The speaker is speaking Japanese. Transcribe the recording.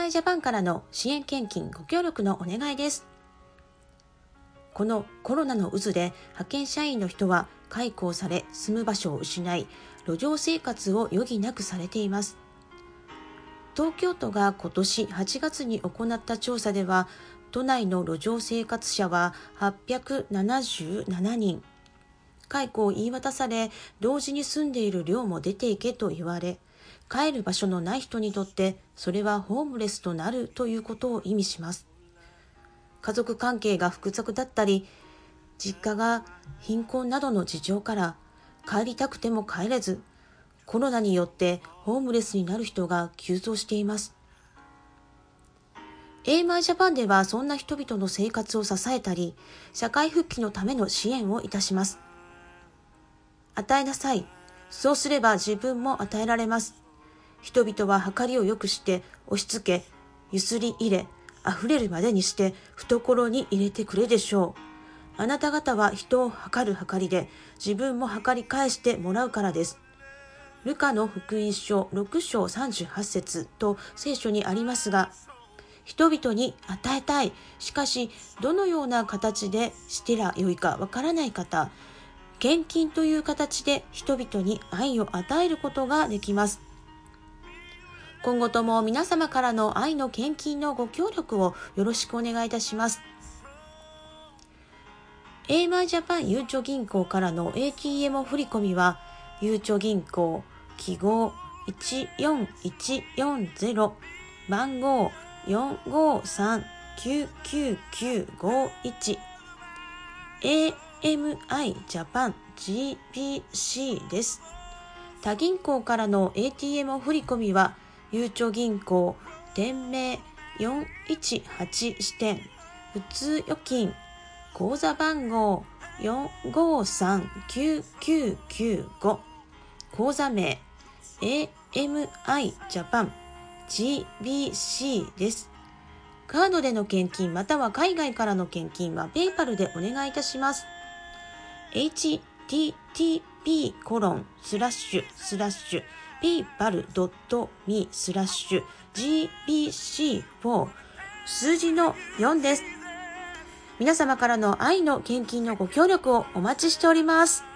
AMI ジャパンからの支援献金ご協力のお願いです。このコロナの渦で派遣社員の人は解雇され住む場所を失い、路上生活を余儀なくされています。東京都が今年8月に行った調査では、都内の路上生活者は877人。解雇を言い渡され、同時に住んでいる寮も出ていけと言われ、帰る場所のない人にとってそれはホームレスとなるということを意味します。家族関係が複雑だったり、実家が貧困などの事情から帰りたくても帰れず、コロナによってホームレスになる人が急増しています。AMI ジャパンではそんな人々の生活を支えたり、社会復帰のための支援をいたします。与えなさい。そうすれば自分も与えられます。人々は計りをよくして押し付け、ゆすり入れ、溢れるまでにして懐に入れてくれでしょう。あなた方は人を計る計りで、自分も計り返してもらうからです。ルカの福音書6章38節と聖書にありますが、人々に与えたい。しかし、どのような形でしてらよいかわからない方、献金という形で人々に愛を与えることができます。今後とも皆様からの愛の献金のご協力をよろしくお願いいたします。AMI ジャパンゆうちょ銀行からの ATM 振込は、ゆうちょ銀行記号14140番号453-99951 AMI ジャパン GBC です。他銀行からの ATM 振込は、ゆうちょ銀行店名418支店普通預金口座番号453-9995口座名 AMI ジャパン GBC です。カードでの献金または海外からの献金はペイパルでお願いいたします。http://paypal.me/gbc4 数字の4です。皆様からの愛の献金のご協力をお待ちしております。